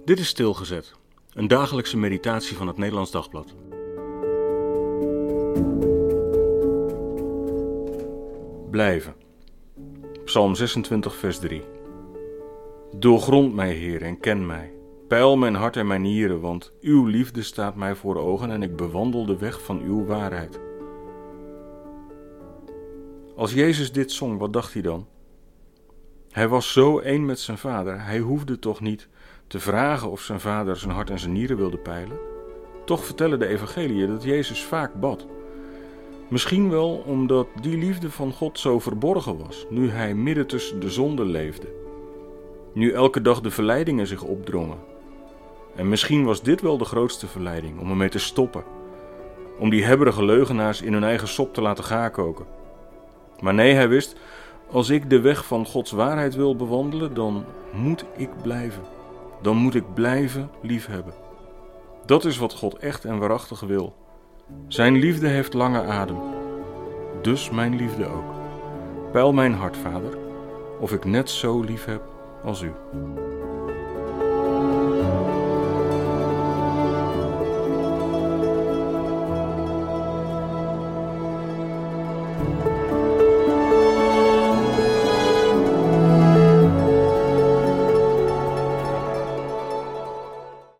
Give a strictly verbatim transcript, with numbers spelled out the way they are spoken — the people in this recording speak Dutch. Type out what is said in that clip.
Dit is Stilgezet, een dagelijkse meditatie van het Nederlands Dagblad. Blijven. Psalm zesentwintig, vers drie. Doorgrond mij, Heer, en ken mij. Peil mijn hart en mijn nieren, want uw liefde staat mij voor ogen en ik bewandel de weg van uw waarheid. Als Jezus dit zong, wat dacht hij dan? Hij was zo één met zijn vader, hij hoefde toch niet te vragen of zijn vader zijn hart en zijn nieren wilde peilen? Toch vertellen de evangeliën dat Jezus vaak bad. Misschien wel omdat die liefde van God zo verborgen was, nu hij midden tussen de zonden leefde. Nu elke dag de verleidingen zich opdrongen. En misschien was dit wel de grootste verleiding, om ermee te stoppen. Om die hebberige leugenaars in hun eigen sop te laten gaarkoken. Maar nee, hij wist, als ik de weg van Gods waarheid wil bewandelen, dan moet ik blijven. Dan moet ik blijven liefhebben. Dat is wat God echt en waarachtig wil. Zijn liefde heeft lange adem. Dus mijn liefde ook. Peil mijn hart, Vader, of ik net zo lief heb als u.